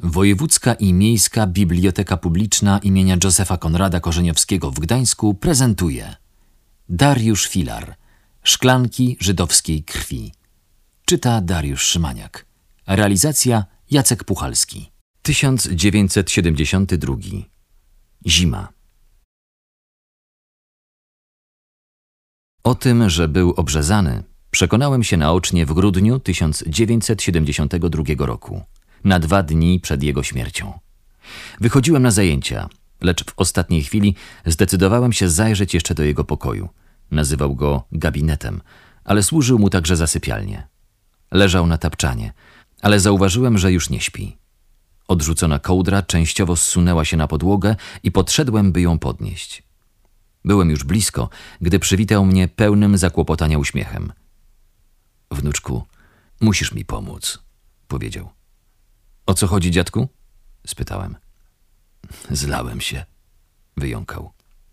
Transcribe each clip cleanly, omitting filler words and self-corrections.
Wojewódzka i Miejska Biblioteka Publiczna imienia Józefa Konrada Korzeniowskiego w Gdańsku prezentuje Dariusz Filar. Szklanki żydowskiej krwi. Czyta Dariusz Szymaniak. Realizacja Jacek Puchalski. 1972. Zima. O tym, że był obrzezany, przekonałem się naocznie w grudniu 1972 roku, na 2 dni przed jego śmiercią. Wychodziłem na zajęcia, lecz w ostatniej chwili zdecydowałem się zajrzeć jeszcze do jego pokoju. Nazywał go gabinetem, ale służył mu także za sypialnię. Leżał na tapczanie, ale zauważyłem, że już nie śpi. Odrzucona kołdra częściowo zsunęła się na podłogę i podszedłem, by ją podnieść. Byłem już blisko, gdy przywitał mnie pełnym zakłopotania uśmiechem. Wnuczku, musisz mi pomóc, powiedział. O co chodzi, dziadku? Spytałem. Zlałem się, wyjąkał.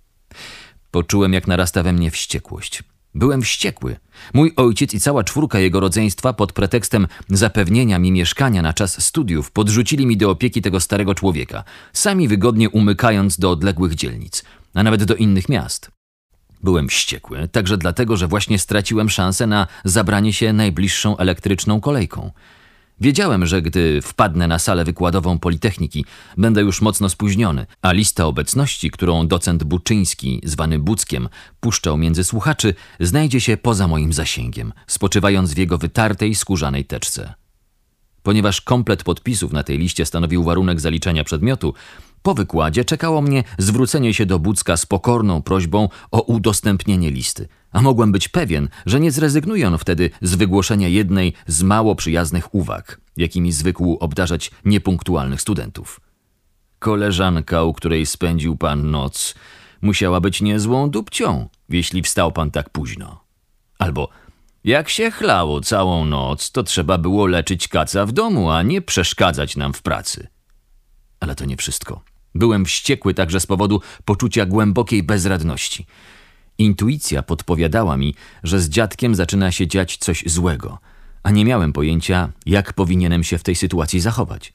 Poczułem, jak narasta we mnie wściekłość. Byłem wściekły. Mój ojciec i cała 4 jego rodzeństwa pod pretekstem zapewnienia mi mieszkania na czas studiów podrzucili mi do opieki tego starego człowieka, sami wygodnie umykając do odległych dzielnic, a nawet do innych miast. Byłem wściekły także dlatego, że właśnie straciłem szansę na zabranie się najbliższą elektryczną kolejką. Wiedziałem, że gdy wpadnę na salę wykładową Politechniki, będę już mocno spóźniony, a lista obecności, którą docent Buczyński, zwany Buckiem, puszczał między słuchaczy, znajdzie się poza moim zasięgiem, spoczywając w jego wytartej, skórzanej teczce. Ponieważ komplet podpisów na tej liście stanowił warunek zaliczenia przedmiotu, po wykładzie czekało mnie zwrócenie się do Bucka z pokorną prośbą o udostępnienie listy, a mogłem być pewien, że nie zrezygnuje on wtedy z wygłoszenia jednej z mało przyjaznych uwag, jakimi zwykł obdarzać niepunktualnych studentów. Koleżanka, u której spędził pan noc, musiała być niezłą dupcią, jeśli wstał pan tak późno. Albo jak się chlało całą noc, to trzeba było leczyć kaca w domu, a nie przeszkadzać nam w pracy. Ale to nie wszystko. Byłem wściekły także z powodu poczucia głębokiej bezradności. Intuicja podpowiadała mi, że z dziadkiem zaczyna się dziać coś złego, a nie miałem pojęcia, jak powinienem się w tej sytuacji zachować.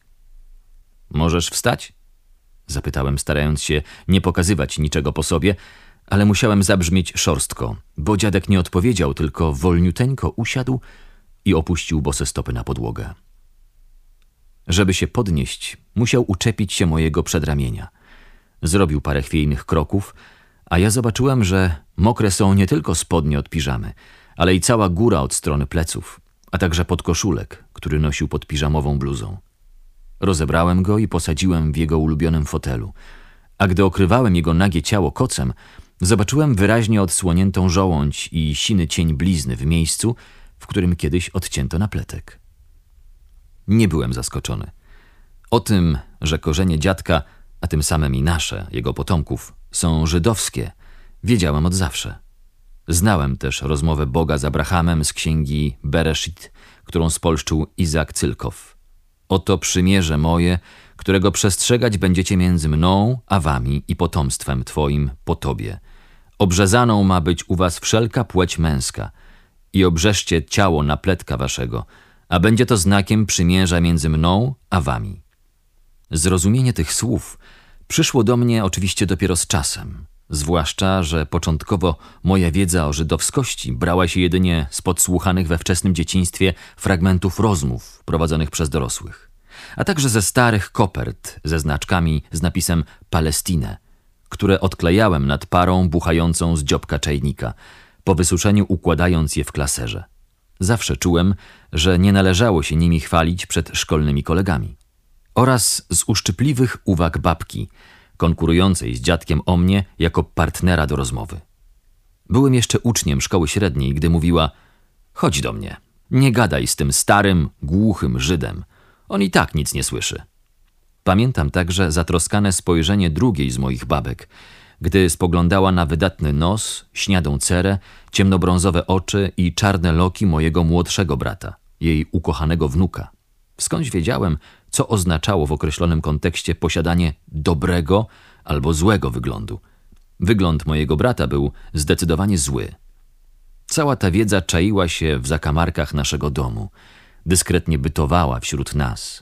Możesz wstać? Zapytałem, starając się nie pokazywać niczego po sobie, ale musiałem zabrzmieć szorstko, bo dziadek nie odpowiedział, tylko wolniuteńko usiadł i opuścił bose stopy na podłogę. Żeby się podnieść, musiał uczepić się mojego przedramienia. Zrobił parę chwiejnych kroków, a ja zobaczyłem, że mokre są nie tylko spodnie od piżamy, ale i cała góra od strony pleców, a także podkoszulek, który nosił pod piżamową bluzą. Rozebrałem go i posadziłem w jego ulubionym fotelu, a gdy okrywałem jego nagie ciało kocem, zobaczyłem wyraźnie odsłoniętą żołądź i siny cień blizny w miejscu, w którym kiedyś odcięto napletek. Nie byłem zaskoczony. O tym, że korzenie dziadka, a tym samym i nasze, jego potomków, są żydowskie, wiedziałem od zawsze. Znałem też rozmowę Boga z Abrahamem z księgi Bereshit, którą spolszczył Izak Cylkow. Oto przymierze moje, którego przestrzegać będziecie między mną a wami i potomstwem twoim po tobie. Obrzezaną ma być u was wszelka płeć męska i obrzeżcie ciało napletka waszego, a będzie to znakiem przymierza między mną a wami. Zrozumienie tych słów przyszło do mnie oczywiście dopiero z czasem, zwłaszcza, że początkowo moja wiedza o żydowskości brała się jedynie z podsłuchanych we wczesnym dzieciństwie fragmentów rozmów prowadzonych przez dorosłych, a także ze starych kopert ze znaczkami z napisem Palestinę, które odklejałem nad parą buchającą z dziobka czajnika, po wysuszeniu układając je w klaserze. Zawsze czułem, że nie należało się nimi chwalić przed szkolnymi kolegami. Oraz z uszczypliwych uwag babki, konkurującej z dziadkiem o mnie jako partnera do rozmowy. Byłem jeszcze uczniem szkoły średniej, gdy mówiła: chodź do mnie, nie gadaj z tym starym, głuchym Żydem, on i tak nic nie słyszy. Pamiętam także zatroskane spojrzenie drugiej z moich babek, gdy spoglądała na wydatny nos, śniadą cerę, ciemnobrązowe oczy i czarne loki mojego młodszego brata, jej ukochanego wnuka. Skądś wiedziałem, co oznaczało w określonym kontekście posiadanie dobrego albo złego wyglądu. Wygląd mojego brata był zdecydowanie zły. Cała ta wiedza czaiła się w zakamarkach naszego domu, dyskretnie bytowała wśród nas.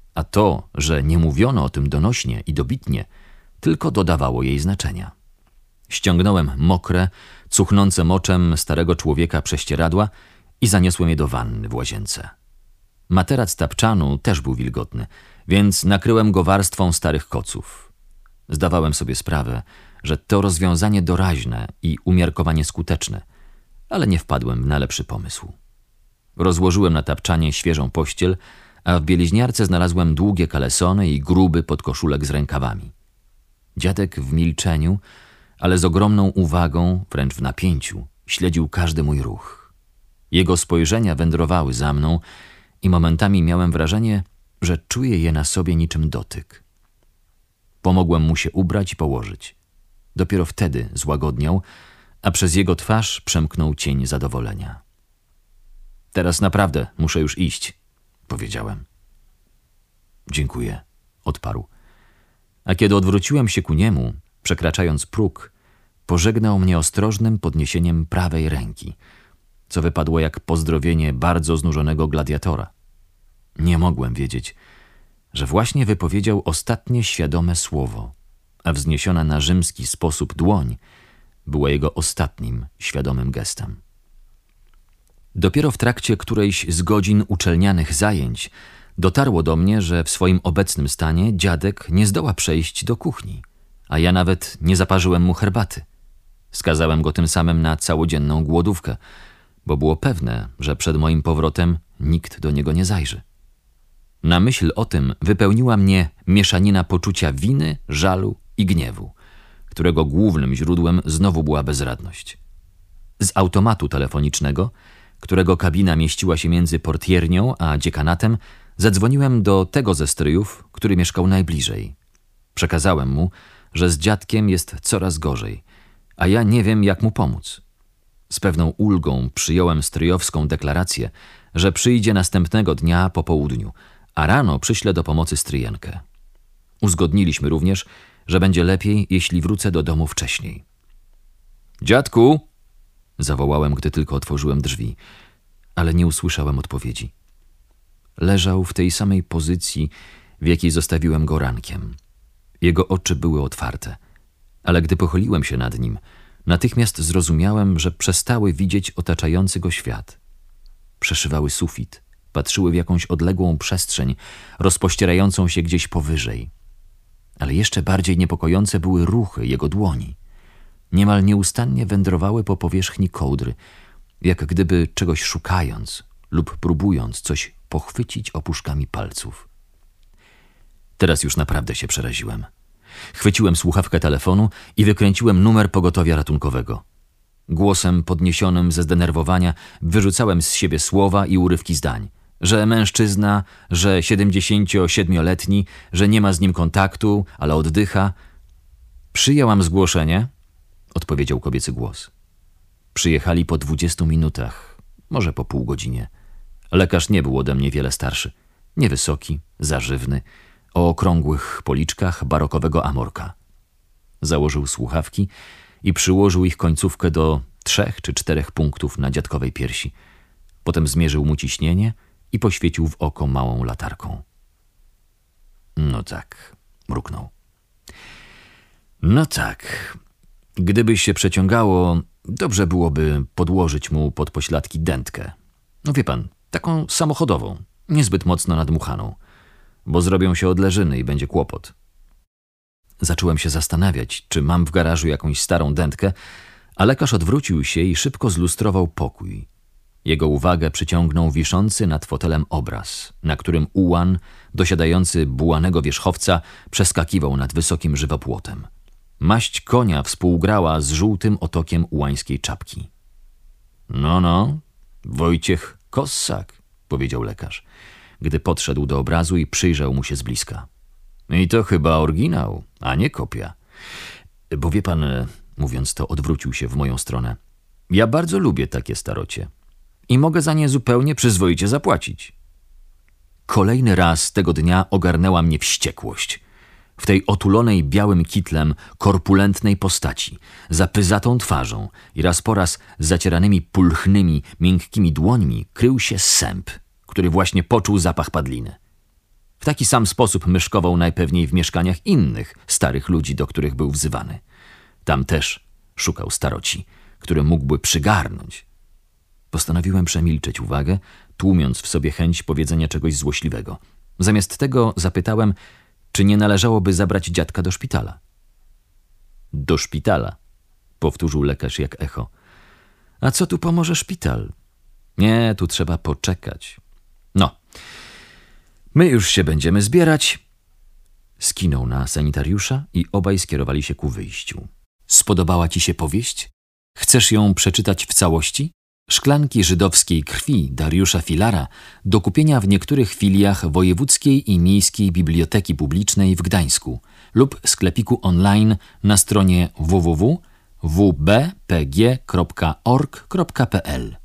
a to, że nie mówiono o tym donośnie i dobitnie, tylko dodawało jej znaczenia. Ściągnąłem mokre, cuchnące moczem starego człowieka prześcieradła i zaniosłem je do wanny w łazience. Materac tapczanu też był wilgotny, więc nakryłem go warstwą starych koców. Zdawałem sobie sprawę, że to rozwiązanie doraźne i umiarkowanie skuteczne, ale nie wpadłem na lepszy pomysł. Rozłożyłem na tapczanie świeżą pościel, a w bieliźniarce znalazłem długie kalesony i gruby podkoszulek z rękawami. Dziadek w milczeniu, ale z ogromną uwagą, wręcz w napięciu, śledził każdy mój ruch. Jego spojrzenia wędrowały za mną i momentami miałem wrażenie, że czuję je na sobie niczym dotyk. Pomogłem mu się ubrać i położyć. Dopiero wtedy złagodniał, a przez jego twarz przemknął cień zadowolenia. Teraz naprawdę muszę już iść, powiedziałem. Dziękuję, odparł. A kiedy odwróciłem się ku niemu, przekraczając próg, pożegnał mnie ostrożnym podniesieniem prawej ręki, co wypadło jak pozdrowienie bardzo znużonego gladiatora. Nie mogłem wiedzieć, że właśnie wypowiedział ostatnie świadome słowo, a wzniesiona na rzymski sposób dłoń była jego ostatnim świadomym gestem. Dopiero w trakcie którejś z godzin uczelnianych zajęć dotarło do mnie, że w swoim obecnym stanie dziadek nie zdoła przejść do kuchni, a ja nawet nie zaparzyłem mu herbaty. Skazałem go tym samym na całodzienną głodówkę, bo było pewne, że przed moim powrotem nikt do niego nie zajrzy. Na myśl o tym wypełniła mnie mieszanina poczucia winy, żalu i gniewu, którego głównym źródłem znowu była bezradność. Z automatu telefonicznego, którego kabina mieściła się między portiernią a dziekanatem, zadzwoniłem do tego ze stryjów, który mieszkał najbliżej. Przekazałem mu, że z dziadkiem jest coraz gorzej, a ja nie wiem, jak mu pomóc. Z pewną ulgą przyjąłem stryjowską deklarację, że przyjdzie następnego dnia po południu, a rano przyślę do pomocy stryjenkę. Uzgodniliśmy również, że będzie lepiej, jeśli wrócę do domu wcześniej. Dziadku! Zawołałem, gdy tylko otworzyłem drzwi, ale nie usłyszałem odpowiedzi. Leżał w tej samej pozycji, w jakiej zostawiłem go rankiem. Jego oczy były otwarte, ale gdy pochyliłem się nad nim, natychmiast zrozumiałem, że przestały widzieć otaczający go świat. Przeszywały sufit, patrzyły w jakąś odległą przestrzeń, rozpościerającą się gdzieś powyżej. Ale jeszcze bardziej niepokojące były ruchy jego dłoni. Niemal nieustannie wędrowały po powierzchni kołdry, jak gdyby czegoś szukając lub próbując coś pochwycić opuszkami palców. Teraz już naprawdę się przeraziłem. Chwyciłem słuchawkę telefonu i wykręciłem numer pogotowia ratunkowego. Głosem podniesionym ze zdenerwowania wyrzucałem z siebie słowa i urywki zdań, że mężczyzna, że 77-letni, że nie ma z nim kontaktu, ale oddycha. Przyjęłam zgłoszenie, odpowiedział kobiecy głos. Przyjechali po 20 minutach, może po pół godzinie. Lekarz nie był ode mnie wiele starszy. Niewysoki, zażywny, o okrągłych policzkach barokowego amorka. Założył słuchawki i przyłożył ich końcówkę do 3 czy 4 punktów na dziadkowej piersi. Potem zmierzył mu ciśnienie i poświecił w oko małą latarką. No tak, mruknął. No tak, gdyby się przeciągało, dobrze byłoby podłożyć mu pod pośladki dętkę. No wie pan, taką samochodową, niezbyt mocno nadmuchaną, bo zrobią się odleżyny i będzie kłopot. Zacząłem się zastanawiać, czy mam w garażu jakąś starą dętkę, a lekarz odwrócił się i szybko zlustrował pokój. Jego uwagę przyciągnął wiszący nad fotelem obraz, na którym ułan, dosiadający bułanego wierzchowca, przeskakiwał nad wysokim żywopłotem. Maść konia współgrała z żółtym otokiem ułańskiej czapki. No, Wojciech Kossak, powiedział lekarz, gdy podszedł do obrazu i przyjrzał mu się z bliska. I to chyba oryginał, a nie kopia. Bo wie pan, mówiąc to, odwrócił się w moją stronę. Ja bardzo lubię takie starocie i mogę za nie zupełnie przyzwoicie zapłacić. Kolejny raz tego dnia ogarnęła mnie wściekłość. W tej otulonej białym kitlem korpulentnej postaci, zapyzatą twarzą i raz po raz zacieranymi pulchnymi, miękkimi dłońmi krył się sęp, który właśnie poczuł zapach padliny. W taki sam sposób myszkował najpewniej w mieszkaniach innych starych ludzi, do których był wzywany. Tam też szukał staroci, które mógłby przygarnąć. Postanowiłem przemilczeć uwagę, tłumiąc w sobie chęć powiedzenia czegoś złośliwego. Zamiast tego zapytałem, czy nie należałoby zabrać dziadka do szpitala. Do szpitala, powtórzył lekarz jak echo. A co tu pomoże szpital? Nie, tu trzeba poczekać. No, my już się będziemy zbierać. Skinął na sanitariusza i obaj skierowali się ku wyjściu. Spodobała ci się powieść? Chcesz ją przeczytać w całości? Szklanki żydowskiej krwi Dariusza Filara do kupienia w niektórych filiach Wojewódzkiej i Miejskiej Biblioteki Publicznej w Gdańsku lub sklepiku online na stronie www.wbpg.org.pl.